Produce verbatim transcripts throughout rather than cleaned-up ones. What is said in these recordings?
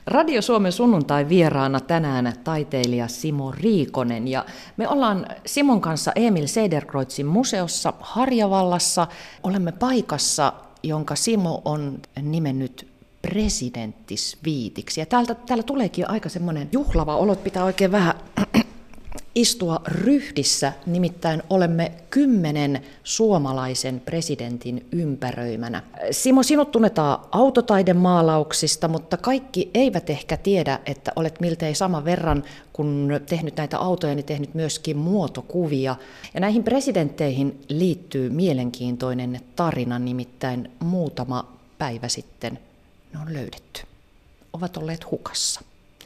Radio Suomen sunnuntai vieraana tänään taiteilija Simo Riikonen ja me ollaan Simon kanssa Emil Cederkreuzin museossa Harjavallassa. Olemme paikassa, jonka Simo on nimennyt presidenttisviitiksi. Ja täältä, täällä tuleekin aika semmoinen juhlava olo, pitää oikein vähän istua ryhdissä, nimittäin olemme kymmenen suomalaisen presidentin ympäröimänä. Simo, sinut tunnetaan autotaidemaalauksista, mutta kaikki eivät ehkä tiedä, että olet miltei saman verran, kun tehnyt näitä autoja, niin tehnyt myöskin muotokuvia. Ja näihin presidentteihin liittyy mielenkiintoinen tarina, nimittäin muutama päivä sitten ne on löydetty. Ovat olleet hukassa.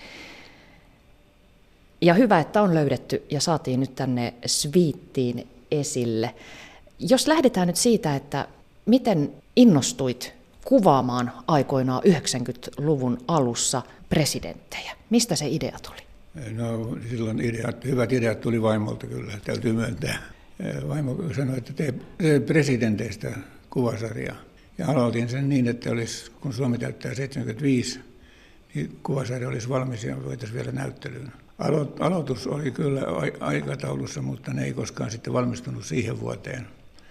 Ja hyvä, että on löydetty ja saatiin nyt tänne sviittiin esille. Jos lähdetään nyt siitä, että miten innostuit kuvaamaan aikoinaan yhdeksänkymmentäluvun alussa presidenttejä? Mistä se idea tuli? No silloin ideat, hyvät ideat tuli vaimolta kyllä, täytyy myöntää. Vaimo sanoi, että tee, tee presidenteistä kuvasarjaa. Ja aloitin sen niin, että olisi, kun Suomi täyttää seitsemänkymmentäviisi, niin kuvasarja olisi valmis ja voitaisiin vielä näyttelyyn. Aloitus oli kyllä aikataulussa, mutta ne ei koskaan sitten valmistunut siihen vuoteen.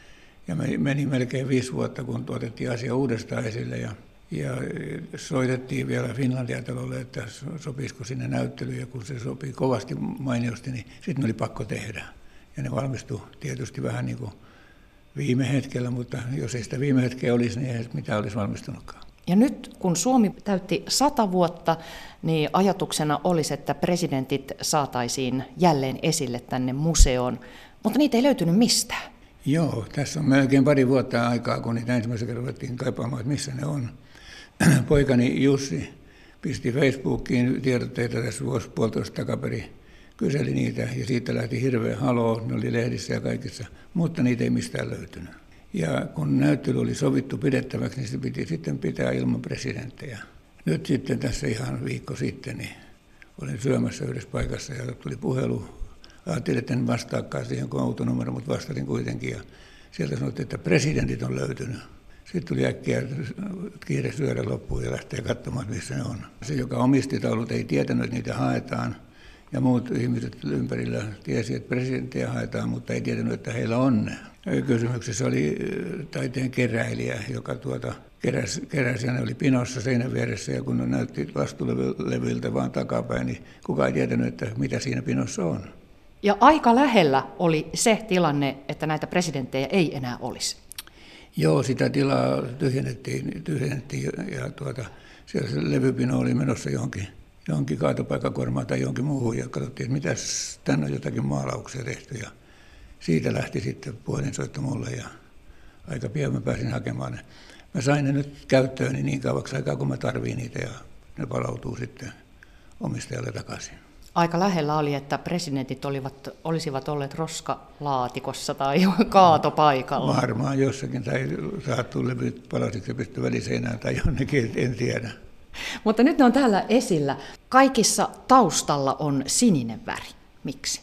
Ja meni melkein viisi vuotta, kun tuotettiin asia uudestaan esille ja, ja soitettiin vielä Finlandia-talolle, että sopisiko sinne näyttelyyn. Ja kun se sopii kovasti mainiosti, niin sitten oli pakko tehdä. Ja ne valmistui tietysti vähän niin kuin viime hetkellä, mutta jos ei sitä viime hetkeä olisi, niin ei mitään olisi valmistunutkaan. Ja nyt kun Suomi täytti sata vuotta, niin ajatuksena olisi, että presidentit saataisiin jälleen esille tänne museoon, mutta niitä ei löytynyt mistään. Joo, tässä on melkein pari vuotta aikaa, kun niitä ensimmäisen kerran ruvettiin kaipaamaan, että missä ne on. Poikani Jussi pisti Facebookiin tiedotteita tässä vuosi puolitoista takaperi, kyseli niitä ja siitä lähti hirveä haloo, ne oli lehdissä ja kaikissa, mutta niitä ei mistään löytynyt. Ja kun näyttely oli sovittu pidettäväksi, niin se piti sitten pitää ilman presidenttejä. Nyt sitten tässä ihan viikko sitten niin olin syömässä yhdessä paikassa ja tuli puhelu. Ajattelin, että en vastaakaan siihen kuin autonumero, mutta vastasin kuitenkin. Ja sieltä sanottiin, että presidentit on löytynyt. Sitten tuli äkkiä kiire syödä loppuun ja lähteä katsomaan, missä ne on. Se, joka omisti taulut, ei tietänyt, että niitä haetaan. Ja muut ihmiset ympärillä tiesi, että presidenttejä haetaan, mutta ei tietänyt, että heillä on ne. Kysymyksessä oli taiteen keräilijä, joka tuota keräsi, keräsi ja ne oli pinossa seinän vieressä. Ja kun ne näytti vastuulevyiltä vaan takapäin, niin kukaan ei tietänyt, että mitä siinä pinossa on. Ja aika lähellä oli se tilanne, että näitä presidenttejä ei enää olisi. Joo, sitä tilaa tyhjennettiin, tyhjennettiin ja tuota, siellä se levypino oli menossa johonkin. johonkin kaatopaikkakuormaan tai johonkin muuhun ja katsottiin, että mitäs tänne on jotakin maalauksia tehty ja siitä lähti sitten puhelinsoitto mulle ja aika pian mä pääsin hakemaan ne. Mä sain ne nyt käyttööni niin kauaksi aikaa, kun mä tarviin niitä ja ne palautuu sitten omistajalle takaisin. Aika lähellä oli, että presidentit olivat, olisivat olleet roskalaatikossa tai kaatopaikalla. Varmaan jossakin tai saattu levyt palasiksi ja pysty väliseinään tai jonnekin, en tiedä. Mutta nyt ne on täällä esillä. Kaikissa taustalla on sininen väri. Miksi?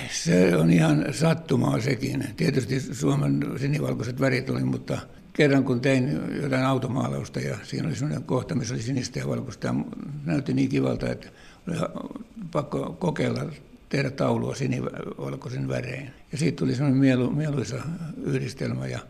Se on ihan sattumaa sekin. Tietysti Suomen sinivalkoiset värit oli, mutta kerran kun tein jotain automaalausta ja siinä oli sellainen kohta, missä oli sinistä ja valkoista ja näytti niin kivalta, että oli pakko kokeilla tehdä taulua sinivalkoisen värein. Ja siitä tuli sellainen mielu, mieluisa yhdistelmä ja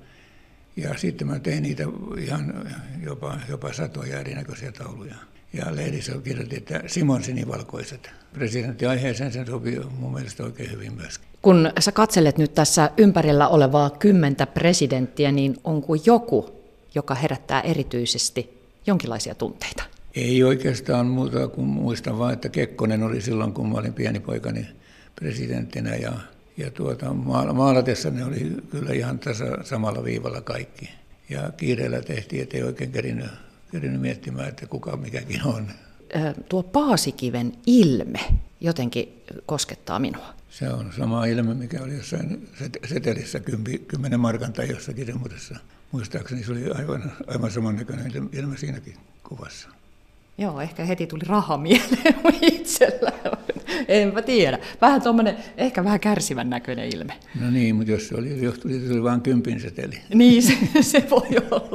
Ja sitten mä tein niitä ihan jopa, jopa satoja erinäköisiä tauluja. Ja lehdissä kirjoitin, että Simon sinivalkoiset. Presidenttiaiheeseen sen sopii mun mielestä oikein hyvin myöskin. Kun sä katselet nyt tässä ympärillä olevaa kymmentä presidenttiä, niin onko joku, joka herättää erityisesti jonkinlaisia tunteita? Ei oikeastaan muuta kuin muistan vaan, että Kekkonen oli silloin, kun mä olin pieni poikani presidenttinä ja Ja tuota, maalatessa ne oli kyllä ihan tasa, samalla viivalla kaikki. Ja kiireellä tehtiin, ettei oikein kerinyt, kerinyt miettimään, että kuka mikäkin on. Tuo Paasikiven ilme jotenkin koskettaa minua. Se on sama ilme, mikä oli jossain setelissä kymmenen markan tai jossakin semmoisessa. Muistaakseni se oli aivan, aivan samannäköinen ilme siinäkin kuvassa. Joo, ehkä heti tuli raha mieleen itsellä. Enpä tiedä. Vähän tuommoinen, ehkä vähän kärsivän näköinen ilme. No niin, mutta jos se oli, johtui, se oli vain kympin seteli. Niin, se, se voi olla.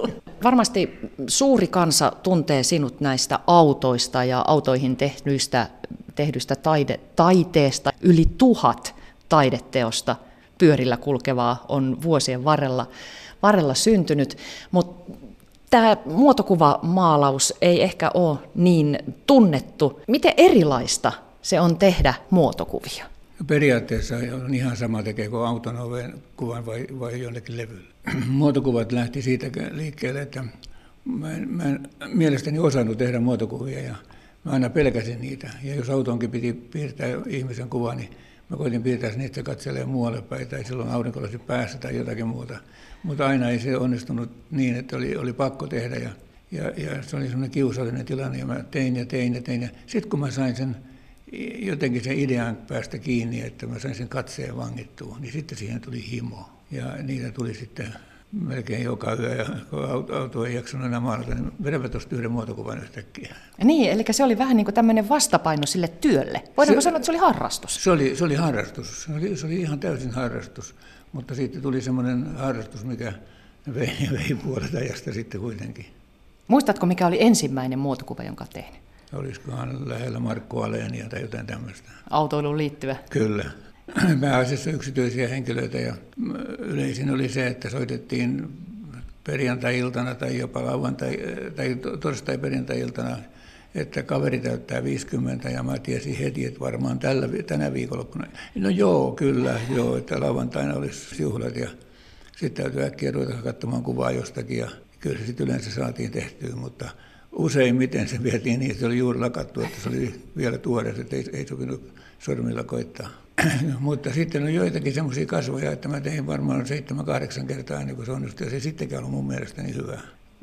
Varmasti suuri kansa tuntee sinut näistä autoista ja autoihin tehdyistä, tehdystä taide, taiteesta. Yli tuhat taideteosta pyörillä kulkevaa on vuosien varrella, varrella syntynyt, mutta tämä muotokuvamaalaus ei ehkä ole niin tunnettu. Miten erilaista se on tehdä muotokuvia? Periaatteessa on ihan sama tekeekö auton oven kuvan vai, vai jonnekin levyllä. Muotokuvat lähti siitä liikkeelle, että mä en, mä en mielestäni osannut tehdä muotokuvia ja mä aina pelkäsin niitä. Ja jos autonkin piti piirtää ihmisen kuva, niin mä koitin piirtää niitä katselee muualle päin tai silloin aurinkolasi päässä tai jotakin muuta. Mutta aina ei se onnistunut niin, että oli, oli pakko tehdä ja, ja, ja se oli semmoinen kiusallinen tilanne ja mä tein ja tein ja tein. Ja sitten kun mä sain sen jotenkin sen idean päästä kiinni, että mä sain sen katseen vangittua, niin sitten siihen tuli himo. Ja niitä tuli sitten melkein joka yö, ja kun auto ei jaksanut enää maalata, niin vedäpä tuosta yhden muotokuvan yhtäkkiä. Niin, eli se oli vähän niin kuin tämmöinen vastapaino sille työlle. Voidaanko se, sanoa, että se oli harrastus? Se oli, se oli harrastus. Se oli, se oli ihan täysin harrastus, mutta siitä tuli semmoinen harrastus, mikä vei, vei puolet ajasta sitten kuitenkin. Muistatko, mikä oli ensimmäinen muotokuva, jonka olet tehnyt? Olisikohan lähellä Markku Alenia tai jotain tämmöistä. Autoiluun liittyvä? Kyllä. Pääasiassa yksityisiä henkilöitä ja yleisin oli se, että soitettiin perjantai-iltana tai jopa lauantai- tai torstai-perjantai-iltana, että kaveri täyttää viisikymmentä ja mä tiesin heti, että varmaan tällä, tänä viikonloppuna. No joo, kyllä, joo, että lauantaina olisi juhlat ja sitten täytyy äkkiä ruveta katsomaan kuvaa jostakin ja kyllä se sitten yleensä saatiin tehtyä, mutta useimmiten se vietiin niin, että se oli juuri lakattu, että se oli vielä tuore, että ei, ei sopinut sormilla koittaa. Mutta sitten on joitakin semmoisia kasvoja, että mä tein varmaan seitsemän, kahdeksan kertaa ennen kuin se onnistui, ja se sittenkin ollut mun mielestäni hyvä.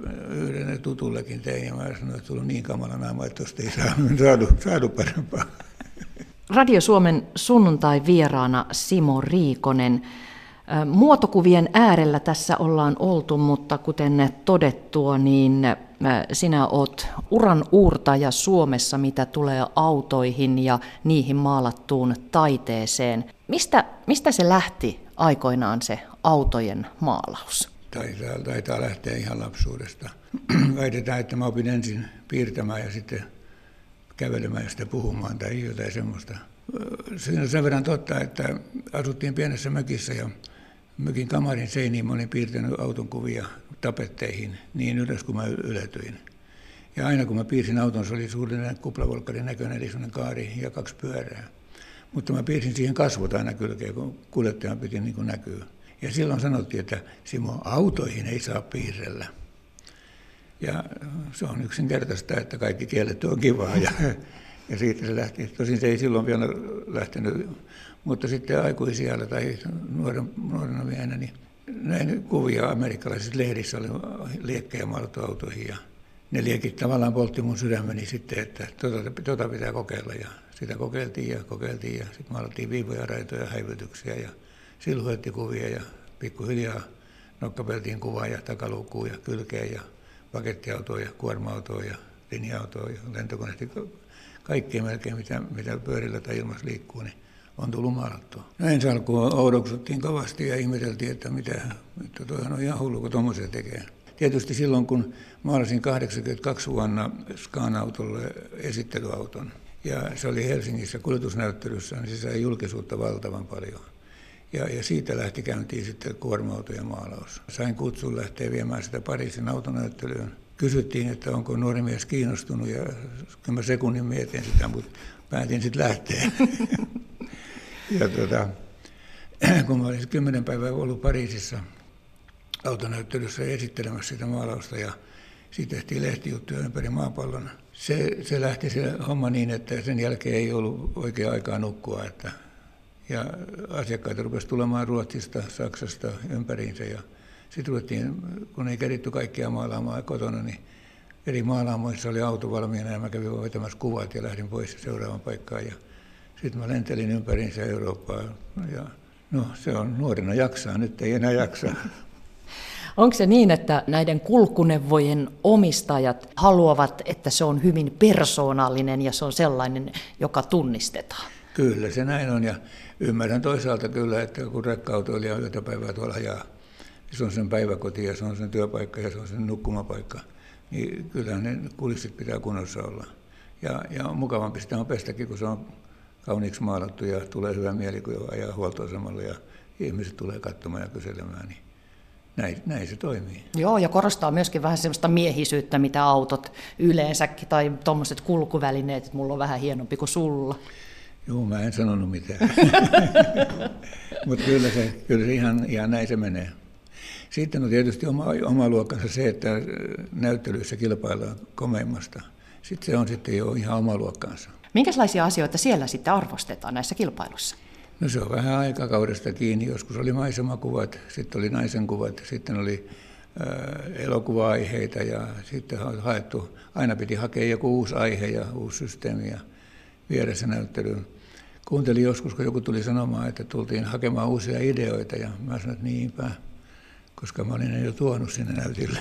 Yhden tutullekin tein, ja mä sanoin, että sulla on niin kamala naama, että tuosta ei saadu, saadu parempaa. Radio Suomen sunnuntai vieraana Simo Riikonen. Muotokuvien äärellä tässä ollaan oltu, mutta kuten todettua, niin sinä olet uran uurtaja Suomessa, mitä tulee autoihin ja niihin maalattuun taiteeseen. Mistä, mistä se lähti aikoinaan se autojen maalaus? Taitaa, taitaa lähteä ihan lapsuudesta. Väitetään, että mä opin ensin piirtämään ja sitten kävelemään ja sitten puhumaan tai jotain semmoista. Siinä on sen verran totta, että asuttiin pienessä mökissä ja mökin kamarin seiniin mä olin piirtänyt auton kuvia tapetteihin niin ylös kuin mä yletyin. Ja aina kun mä piirsin auton, se oli suurinen kuplavolkkarin näköinen, eli sellainen kaari ja kaksi pyörää. Mutta mä piirsin siihen kasvot aina kylkeen, kun kuljettajan piti niin kuin näkyä. Ja silloin sanottiin, että Simo, autoihin ei saa piirrellä. Ja se on yksinkertaista, että kaikki kielletty on kivaa. Ja, ja siitä se lähti. Tosin se ei silloin vielä lähtenyt, mutta sitten aikuisiällä tai nuoren, nuorena miehenä, niin näin kuvia amerikkalaisissa lehdissä oli liekkejä maalattu autoihin. Ja ne liekit tavallaan poltti mun sydämeni sitten, että tota, tota pitää kokeilla. Ja sitä kokeiltiin ja kokeiltiin ja sitten maalattiin viivoja, raitoja, häivytyksiä ja silhuettikuvia ja pikkuhiljaa nokkapeltiin kuvaa ja takaluukkuun ja kylkeen ja pakettiautoa ja kuorma-autoa ja linja-autoa ja lentokoneet. Kaikkea melkein, mitä, mitä pyörillä tai ilmassa liikkuu, niin on tullut maalattua. No ensi alkuun oudoksuttiin kovasti ja ihmeteltiin, että mitä, että toihan on ihan hullu, kun tommoisia tekee. Tietysti silloin, kun maalasin kahdeksankymmentäkaksi vuonna Scan-autolle esittelyauton, ja se oli Helsingissä kuljetusnäyttelyssä, niin se sai julkisuutta valtavan paljon. Ja, ja siitä lähti käyntiin sitten kuorma-autojen maalaus. Sain kutsun lähteä viemään sitä Pariisin autonäyttelyyn. Kysyttiin, että onko nuori mies kiinnostunut, ja kyllä mä sekunnin mietin sitä, mutta päätin sitten lähteä. Ja tuota, kun mä olin kymmenen päivää ollut Pariisissa autonäyttelyssä esittelemässä sitä maalausta, ja siitä tehtiin lehtijuttuja ympäri maapallon. Se, se lähti se homma niin, että sen jälkeen ei ollut oikea aikaa nukkua. Että, ja asiakkaita rupesi tulemaan Ruotsista, Saksasta ympäriinsä. Ja sitten ruvettiin, kun ei keritty kaikkia maalaamaan kotona, niin eri maalaamoissa oli auto valmiina ja mä kävin hoitamassa kuvat ja lähdin pois seuraavaan paikkaan. Ja sitten mä lentelin ympäriinsä Eurooppaa. Ja no se on nuorena jaksaa, nyt ei enää jaksaa. Onko se niin, että näiden kulkuneuvojen omistajat haluavat, että se on hyvin persoonallinen ja se on sellainen, joka tunnistetaan? Kyllä se näin on ja ymmärrän toisaalta kyllä, että kun rekka-autoilija yötä päivää tuolla ajaa se on sen päiväkoti ja se on sen työpaikka ja se on sen nukkumapaikka, niin kyllähän ne kulissit pitää kunnossa olla. Ja, ja mukavampi sitä on pestäkin, kun se on kauniiksi maalattu ja tulee hyvä mieli, kun ajaa huoltoasemalle ja ihmiset tulee katsomaan ja kyselemään, niin näin, näin se toimii. Joo, ja korostaa myöskin vähän sellaista miehisyyttä, mitä autot yleensäkin, tai tuommoiset kulkuvälineet, että mulla on vähän hienompi kuin sulla. Joo, mä en sanonut mitään. Mutta kyllä se, kyllä se ihan, ihan näin se menee. Sitten on tietysti oma, oma luokkansa se, että näyttelyissä kilpaillaan komeimmasta. Sitten se on sitten jo ihan oma luokkansa. Minkälaisia asioita siellä sitten arvostetaan näissä kilpailuissa? No se on vähän aikakaudesta kiinni. Joskus oli maisemakuvat, sitten oli naisenkuvat, sitten oli äh, elokuva-aiheita ja sitten haettu, aina piti hakea joku uusi aihe ja uusi systeemi ja viedä se näyttelyyn. Kuuntelin joskus, kun joku tuli sanomaan, että tultiin hakemaan uusia ideoita ja mä sanoin, että niinpä, koska mä olin ne jo tuonut sinne näytille.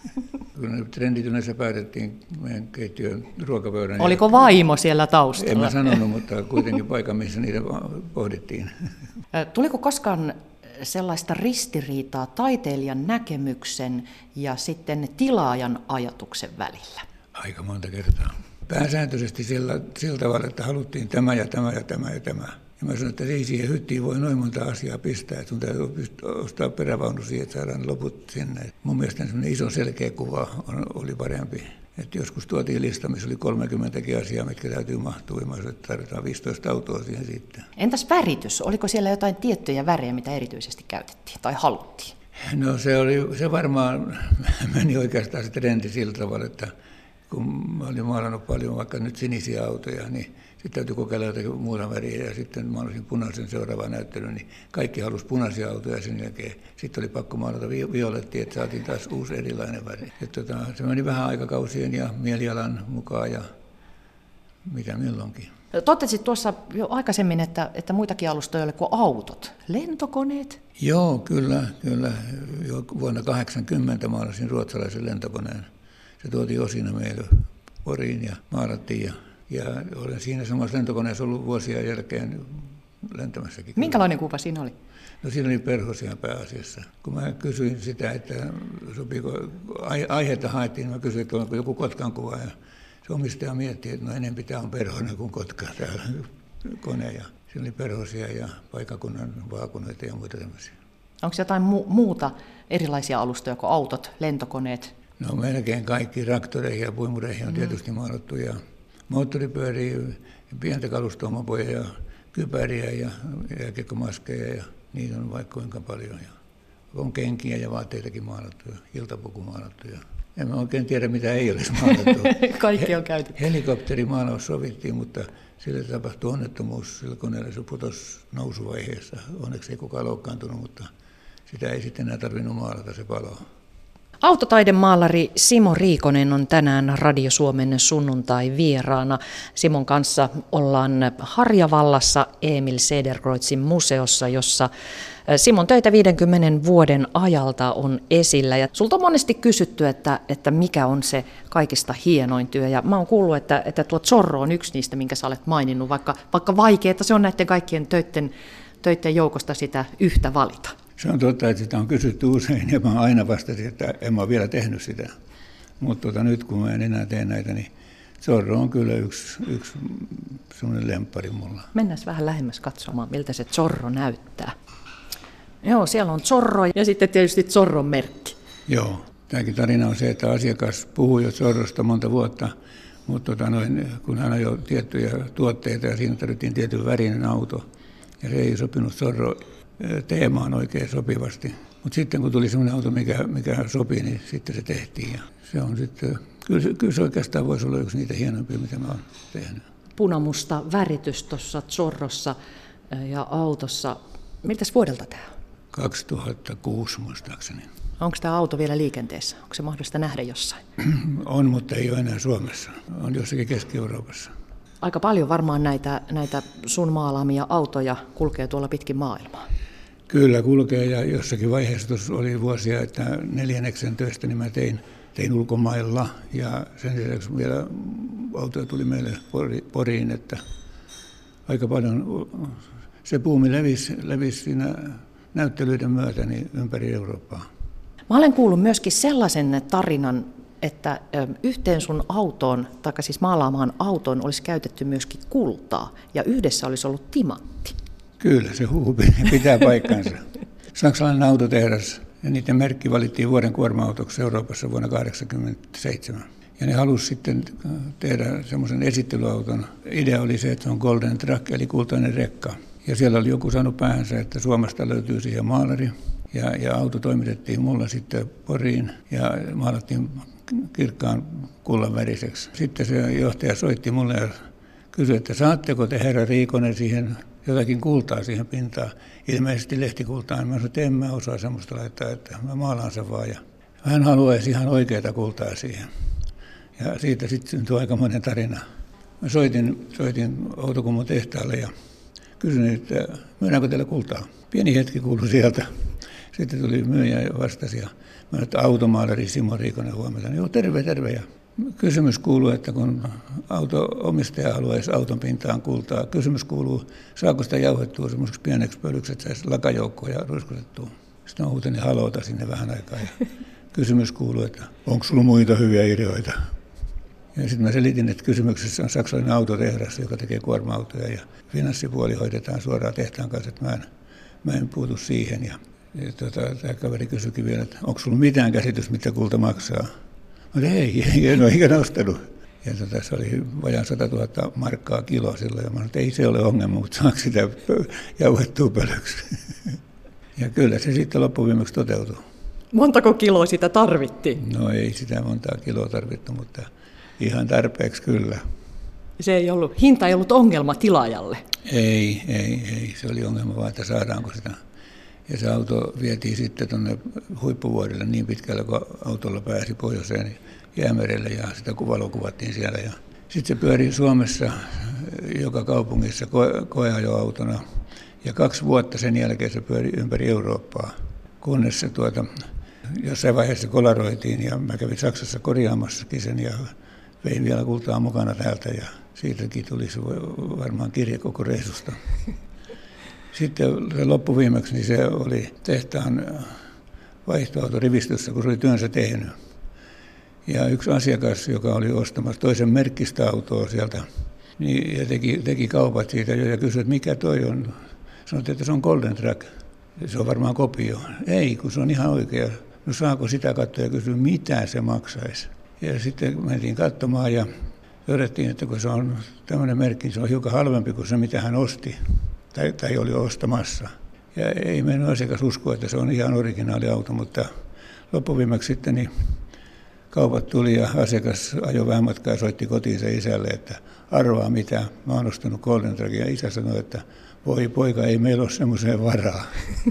Kun Trendityneissä päätettiin meidän keittiön ruokapöydän. Oliko vaimo siellä taustalla? En mä sanonut, mutta kuitenkin paikan, missä niitä pohdittiin. Tuliko koskaan sellaista ristiriitaa taiteilijan näkemyksen ja sitten tilaajan ajatuksen välillä? Aika monta kertaa. Pääsääntöisesti sillä, sillä tavalla, että haluttiin tämä ja tämä ja tämä ja tämä. Ja mä sanoin, että ei siihen hyttiin voi noin monta asiaa pistää, että sun täytyy ostaa perävaunu siihen, että saadaan loput sinne. Mun mielestä semmoinen iso selkeä kuva on, oli parempi. Että joskus tuotiin lista, missä oli kolmekymmentäkin asiaa, mitkä täytyy mahtua. Mä sanoin, että tarvitaan viisitoista autoa siihen sitten. Entäs väritys? Oliko siellä jotain tiettyjä värejä, mitä erityisesti käytettiin tai haluttiin? No se, oli, se varmaan meni oikeastaan se trendi sillä tavalla, että kun mä olin maalannut paljon vaikka nyt sinisiä autoja, niin sitten täytyy kokeilla jotakin muuta väriä ja sitten maalasin punaisen seuraavaan näyttelyyn, niin kaikki halusi punaisia autoja ja sen jälkeen sitten oli pakko maalata violettia, että saatiin taas uusi erilainen väri. Että tota, se meni vähän aikakausien ja mielialan mukaan ja mitä milloinkin. Totesit tuossa jo aikaisemmin, että, että muitakin alustoja oli kuin autot. Lentokoneet? Joo, kyllä, kyllä. Jo vuonna kahdeksankymmentä maalasin ruotsalaisen lentokoneen. Se tuotiin osina meille Poriin ja maalattiin ja, ja olen siinä samassa lentokoneessa ollut vuosia jälkeen lentämässäkin. Minkälainen kuva siinä oli? No siinä oli perhosia pääasiassa. Kun mä kysyin sitä, että sopiiko, aiheita haettiin, niin mä kysyin, että onko joku Kotkan kuva ja se omistaja mietti, että no enemmän tämä on perhonen kuin Kotka täällä kone. Ja siinä oli perhosia ja paikakunnan vaakunoita ja muita tämmöisiä. Onko jotain mu- muuta erilaisia alustoja kuin autot, lentokoneet? No melkein kaikki traktoreihin ja puimureihin on tietysti maalattu ja moottoripyöriä, pientä kalustoa, mopoja ja kypäriä ja jääkiekkomaskeja ja niitä on vaikka kuinka paljon. Ja on kenkiä ja vaatteitakin maalattu ja iltapuku maalattu. Ja en mä oikein tiedä, mitä ei olisi maalattu. Kaikki on käytetty. Helikopterimaalaus sovittiin, mutta sillä tapahtui onnettomuus sillä koneella, se putosi nousuvaiheessa. Onneksi ei kukaan loukkaantunut, mutta sitä ei sitten enää tarvinnut maalata, se palo. Autotaidemaalari Simo Riikonen on tänään Radio Suomen sunnuntai vieraana. Simon kanssa ollaan Harjavallassa Emil Cederkreuzin museossa, jossa Simon töitä viidenkymmenen vuoden ajalta on esillä. Ja sulta on monesti kysytty, että, että mikä on se kaikista hienoin työ. Ja mä oon kuullut, että, että tuo Zorro on yksi niistä, minkä sä olet maininnut, vaikka, vaikka vaikeaa se on näiden kaikkien töiden, töiden joukosta sitä yhtä valita. Se on totta, että sitä on kysytty usein ja mä aina vastasin, että en mä ole vielä tehnyt sitä. Mutta tota, nyt kun mä en enää tee näitä, niin Zorro on kyllä yksi, yksi semmoinen lemppari mulla. Mennään vähän lähemmäs katsomaan, miltä se Zorro näyttää. Joo, siellä on Zorro ja sitten tietysti Zorron merkki. Joo, tämäkin tarina on se, että asiakas puhui jo Zorrosta monta vuotta, mutta tota noin, kun hän ajoi tiettyjä tuotteita ja siinä tarvittiin tietyn värinen auto ja se ei sopinut Zorro teemaan oikein sopivasti. Mutta sitten kun tuli sellainen auto, mikä, mikä sopii, niin sitten se tehtiin. Ja se on sitten, kyllä, se, kyllä se oikeastaan voisi olla yksi niitä hienompia, mitä mä oon tehnyt. Punamusta väritys tuossa Zorrossa ja autossa. Miltäs vuodelta tämä on? kaksituhattakuusi muistaakseni. Onko tämä auto vielä liikenteessä? Onko se mahdollista nähdä jossain? On, mutta ei ole enää Suomessa. On jossakin Keski-Euroopassa. Aika paljon varmaan näitä, näitä sun maalaamia autoja kulkee tuolla pitkin maailmaa. Kyllä kulkee ja jossakin vaiheessa tuossa oli vuosia, että neljänneksen töistä niin mä tein, tein ulkomailla ja sen lisäksi vielä autoja tuli meille Poriin, että aika paljon se buumi levisi, levisi siinä näyttelyiden myötä niin ympäri Eurooppaa. Mä olen kuullut myöskin sellaisen tarinan, että yhteen sun autoon, tai siis maalaamaan autoon, olisi käytetty myöskin kultaa, ja yhdessä olisi ollut timantti. Kyllä, se huhu pitää paikkansa. Saksalainen autotehdas, ja niiden merkki valittiin vuoden kuorma-autoksi Euroopassa vuonna tuhatyhdeksänsataakahdeksankymmentäseitsemän. Ja ne halusi sitten tehdä semmoisen esittelyauton. Idea oli se, että se on Golden Truck, eli kultainen rekka. Ja siellä oli joku saanut päähänsä, että Suomesta löytyy siihen maalari. Ja, ja auto toimitettiin mulla sitten Poriin ja maalattiin kirkkaan kullan väriseksi. Sitten se johtaja soitti mulle ja kysyi, että saatteko te herra Riikonen siihen jotakin kultaa siihen pintaan. Ilmeisesti lehtikultaan. Mä sanoin, että en mä osaa semmoista laittaa, että mä maalaan sen vaan. Ja hän haluaisi ihan oikeaa kultaa siihen. Ja siitä sitten syntyi aikamoinen tarina. Mä soitin, soitin Outokummun tehtaalle ja kysyin, että myydäänkö teillä kultaa. Pieni hetki kuului sieltä. Sitten tuli myyjä ja vastasi. Ja mä sanoin, että automaalari Simo Riikonen huomenta. Joo, terve, terve. Ja kysymys kuuluu, että kun auto-omistaja haluaisi auton pintaan kultaa, kysymys kuuluu, saako sitä jauhettua semmoiseksi pieneksi pölyksi, että saisi lakajoukkoa ja ruiskutettua. Sitten on uuteni halota sinne vähän aikaa. Ja kysymys kuuluu, että onko sulla muita hyviä ideoita? Ja sitten mä selitin, että kysymyksessä on saksalainen autotehdas, joka tekee kuorma-autoja ja finanssipuoli hoidetaan suoraan tehtaan kanssa, että mä en, mä en puutu siihen. Ja, ja tota, tämä kaveri kysyikin vielä, että onko sulla mitään käsitys, mitä kulta maksaa? Mä sanoin, ei, ei, en ole ikinä ostanut. Ja tota, se oli vajaan satatuhatta markkaa kilo silloin. Ja mä sanoin, että ei se ole ongelma, mutta saako sitä jauhettua pölyksi? Ja kyllä se sitten loppuviimeksi toteutui. Montako kiloa sitä tarvittiin? No ei sitä montaa kiloa tarvittu, mutta ihan tarpeeksi kyllä. Se ei ollut, hinta ei ollut ongelma tilaajalle? Ei, ei, ei. Se oli ongelma vaan, että saadaanko sitä. Ja se auto vietiin sitten tuonne huippuvuodelle niin pitkälle, kun autolla pääsi pohjoiseen Jäämerelle ja sitä valokuvattiin siellä. Ja sitten se pyöri Suomessa joka kaupungissa ko- koeajoautona. Ja kaksi vuotta sen jälkeen se pyöri ympäri Eurooppaa, kunnes se tuota, jossain vaiheessa kolaroitiin ja mä kävin Saksassa korjaamassakin sen ja vein vielä kultaa mukana täältä ja siitäkin tuli se varmaan kirja koko reissusta. Sitten se loppuviimeksi niin se oli tehtaan vaihtoautorivistössä, kun se oli työnsä tehnyt. Ja yksi asiakas, joka oli ostamassa toisen merkkistä autoa sieltä, niin, ja teki, teki kaupat siitä jo ja kysyi, että mikä toi on. Sanoitte, että se on Golden Truck. Se on varmaan kopio. Ei, kun se on ihan oikea. No saako sitä katsoa ja kysyä, mitä se maksaisi. Ja sitten mentiin katsomaan ja todettiin, että kun se on tämmöinen merkki, niin se on hiukan halvempi kuin se, mitä hän osti. Tai, tai oli ostamassa. Ja ei mennyt asiakas uskoa, että se on ihan originaali auto, mutta loppuviimeksi sitten niin kaupat tuli ja asiakas ajoi vähän matkaa ja soitti kotiinsa isälle, että arvaa mitä, mä oon ostanut Golden Truckin. Ja isä sanoi, että voi poika, ei meillä ole semmoiseen varaa.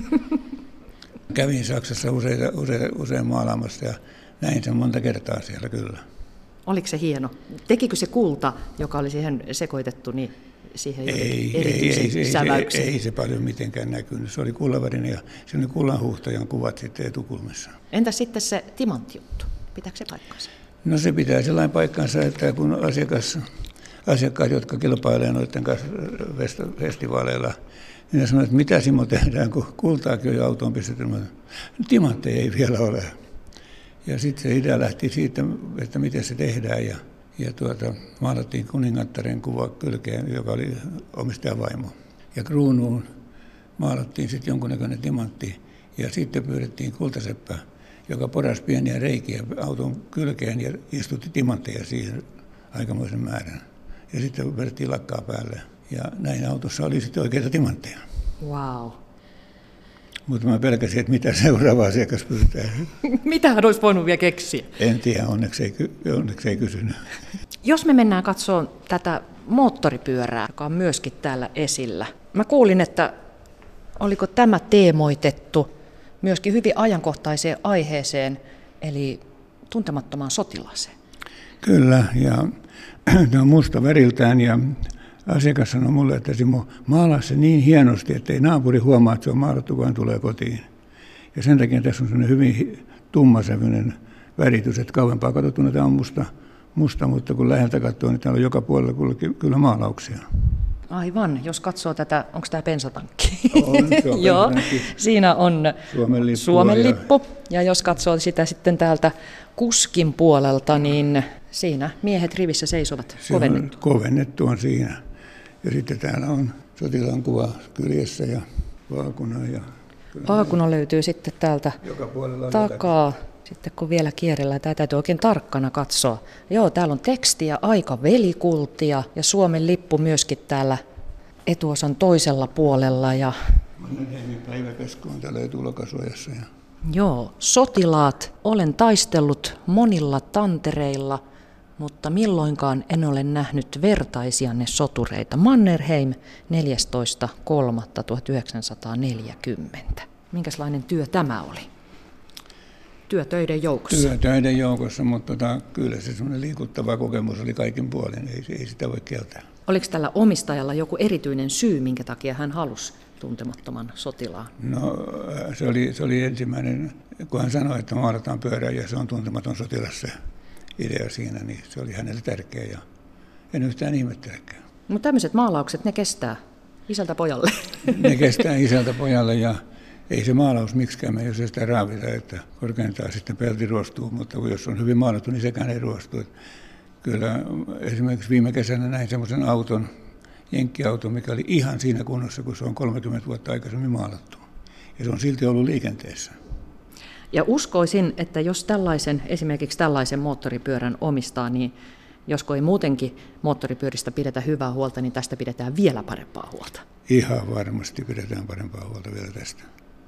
Kävin Saksassa usein, usein, usein maalaamassa ja näin sen monta kertaa siellä kyllä. Oliko se hieno? Tekikö se kulta, joka oli siihen sekoitettu, niin siihen ei, erityisen ei, ei, säväyksen? Ei, ei se paljon mitenkään näkynyt. Se oli kullavärinen ja se oli kullanhuuhtajan kuvat sitten etukulmissa. Entä sitten se timanttijuttu? Pitääkö se paikkansa? No se pitää sellainen paikkansa, että kun asiakas, asiakkaat, jotka kilpailevat noiden kanssa festivaaleilla, niin ne sanoo, että mitä Simo tehdään, kun kultaakin on jo autoon pistetty. Timantteja ei vielä ole. Ja sitten se idea lähti siitä, että miten se tehdään. Ja, ja tuota, maalattiin kuningattaren kuva kylkeen, joka oli omistajavaimo. Ja kruunuun maalattiin sitten jonkunnäköinen timantti. Ja sitten pyydettiin kultaseppä, joka porasi pieniä reikiä auton kylkeen ja istutti timantteja siihen aikamoisen määrän. Ja sitten vedettiin lakkaa päälle. Ja näin autossa oli sitten oikeita timantteja. Wow. Mutta mä pelkäsin, että mitä seuraava asiakas pystytään. Mitähän olisi voinut vielä keksiä? En tiedä, onneksi ei, onneksi ei kysynyt. Jos me mennään katsomaan tätä moottoripyörää, joka on myöskin täällä esillä. Mä kuulin, että oliko tämä teemoitettu myöskin hyvin ajankohtaiseen aiheeseen, eli tuntemattomaan sotilaaseen. Kyllä, ja tämä on musta väriltään ja asiakas sanoi mulle, että Simo, maalaa se niin hienosti, että ei naapuri huomaa, että se on maalattu, kun hän tulee kotiin. Ja sen takia tässä on sellainen hyvin tummasävyinen väritys, että kauempaa katsottuna tämä on musta, musta, mutta kun läheltä katsoo, niin täällä on joka puolella kyllä maalauksia. Aivan, jos katsoo tätä, onko tämä bensatankki? On, se on Joo, bensatankki. siinä on Suomen lippu. Suomen ja... lippu. Ja jos katsoo sitä sitten täältä kuskin puolelta, niin siinä miehet rivissä seisovat kovennettu. On, kovennettu on siinä. Ja sitten täällä on sotilaan kuva kyljessä ja vaakuna. Ja vaakuna löytyy sitten täältä takaa. Jotakin. Sitten kun vielä kierrellään, tämä täytyy oikein tarkkana katsoa. Joo, täällä on tekstiä, aika velikultia ja Suomen lippu myöskin täällä etuosan toisella puolella. Ja... Mannerheimin päiväkesko on täällä etulokasuojassa. Ja... Joo, sotilaat, olen taistellut monilla tantereilla, mutta milloinkaan en ole nähnyt vertaisianne sotureita. Mannerheim neljästoista kolmatta tuhatyhdeksänsataaneljäkymmentä. Minkälainen työ tämä oli? Työtöiden joukossa. Työtöiden joukossa, mutta tota, kyllä se semmoinen liikuttava kokemus oli kaikin puolin, ei, ei sitä voi kieltää. Oliko tällä omistajalla joku erityinen syy, minkä takia hän halusi tuntemattoman sotilaan? No se oli, se oli ensimmäinen, kun hän sanoi, että maalataan pyörää ja se on tuntematon sotilas se idea siinä, niin se oli hänelle tärkeä ja en yhtään ihmettelekään. Mutta tämmöiset maalaukset, ne kestää isältä pojalle. Ne kestää isältä pojalle ja ei se maalaus miksikään me, jos ei sitä raavita, että korkeintaan sitten pelti ruostuu, mutta jos on hyvin maalattu, niin sekään ei ruostu. Kyllä esimerkiksi viime kesänä näin semmoisen auton, jenkkiauton, mikä oli ihan siinä kunnossa, kun se on kolmekymmentä vuotta aikaisemmin maalattu. Ja se on silti ollut liikenteessä. Ja uskoisin, että jos tällaisen, esimerkiksi tällaisen moottoripyörän omistaa, niin josko ei muutenkin moottoripyöristä pidetä hyvää huolta, niin tästä pidetään vielä parempaa huolta. Ihan varmasti pidetään parempaa huolta vielä tästä.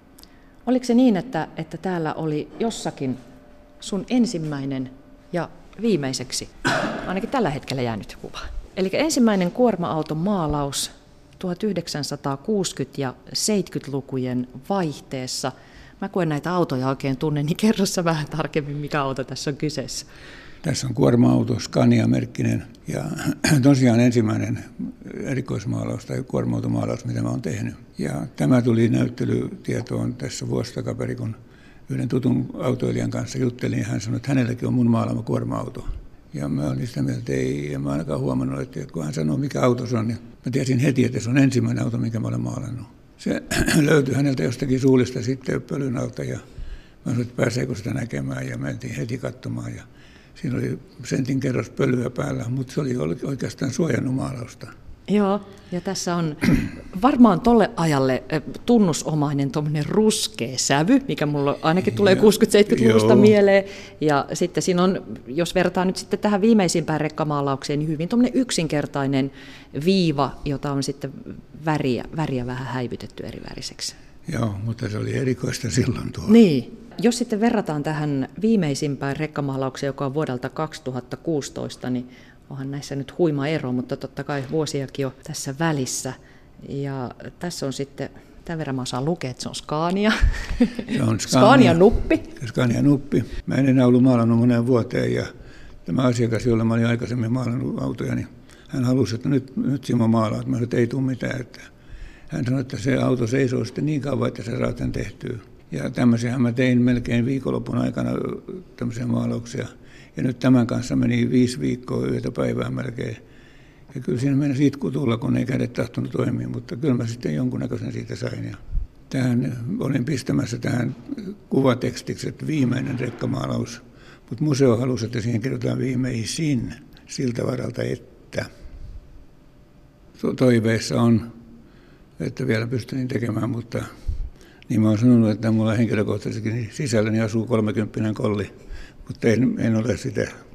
Oliko se niin, että, että täällä oli jossakin sun ensimmäinen ja viimeiseksi, ainakin tällä hetkellä jäänyt kuva? Eli ensimmäinen kuorma-auton maalaus tuhatyhdeksänsataakuusikymmentä- ja seitsemänkymmentälukujen vaihteessa. Mä kun en näitä autoja oikein tunne, niin kerro sä vähän tarkemmin, mikä auto tässä on kyseessä. Tässä on kuorma-auto, Scania-merkkinen, ja tosiaan ensimmäinen erikoismaalaus tai kuorma-automaalaus, mitä mä oon tehnyt. Ja tämä tuli näyttelytietoon tässä vuosi takaperin, kun yhden tutun autoilijan kanssa juttelin, ja hän sanoi, että hänelläkin on mun maalaama kuorma-auto. Ja mä olin sitä mieltä, että ei, en mä ainakaan huomannut, että kun hän sanoi, mikä auto se on, niin mä tiesin heti, että se on ensimmäinen auto, minkä mä olen maalannut. Se löytyi häneltä jostakin suulista sitten pölyn alta, ja mä sanoin, että pääseekö sitä näkemään, ja mentiin heti katsomaan. Ja siinä oli sentin kerros pölyä päällä, mutta se oli oikeastaan suojannut maalausta. Joo, ja tässä on varmaan tolle ajalle tunnusomainen tuommoinen ruskea sävy, mikä mulla ainakin tulee kuusikymmentä-seitsemänkymmentäluvusta mieleen. Ja sitten siinä on, jos vertaa nyt sitten tähän viimeisimpään rekkamaalaukseen, niin hyvin tuommoinen yksinkertainen viiva, jota on sitten väriä, väriä vähän häivytetty eri väriseksi. Joo, mutta se oli erikoista silloin tuo. Niin. Jos sitten verrataan tähän viimeisimpään rekkamaalaukseen, joka on vuodelta kaksituhattakuusitoista, niin onhan näissä nyt huima ero, mutta totta kai vuosiakin on tässä välissä. Ja tässä on sitten, tämän verran mä osaan lukea, että se on Scania. Se on Scania. Scania-nuppi. Scania-nuppi. Mä en enää ollut maalannut moneen vuoteen, ja tämä asiakas, jolle mä olin aikaisemmin maalannut autoja, niin hän halusi, että nyt, nyt Simo maalaat. Mä sanoin, että ei tule mitään. Että hän sanoi, että se auto seisoo sitten niin kauan, että se saa tämän tehtyä. Ja tämmöisiähän mä tein melkein viikonlopun aikana tämmöisiä maalauksia. Ja nyt tämän kanssa meni viisi viikkoa yötä päivää melkein. Ja kyllä siinä meni itku tulla, kun ei kädet tahtonut toimia, mutta kyllä mä sitten jonkunnäköisen siitä sain. Ja tähän olin pistämässä tähän kuvatekstiksi, että viimeinen rekkamaalaus. Mutta museo halusi, että siihen kirjoitetaan viimeisin siltä varalta, että toiveissa on, että vielä pystyn tekemään, mutta niin mä oon sanonut, että mulla henkilökohtaisesti sisälläni asuu kolmekymppinen kolli, mutta en, en ole sitä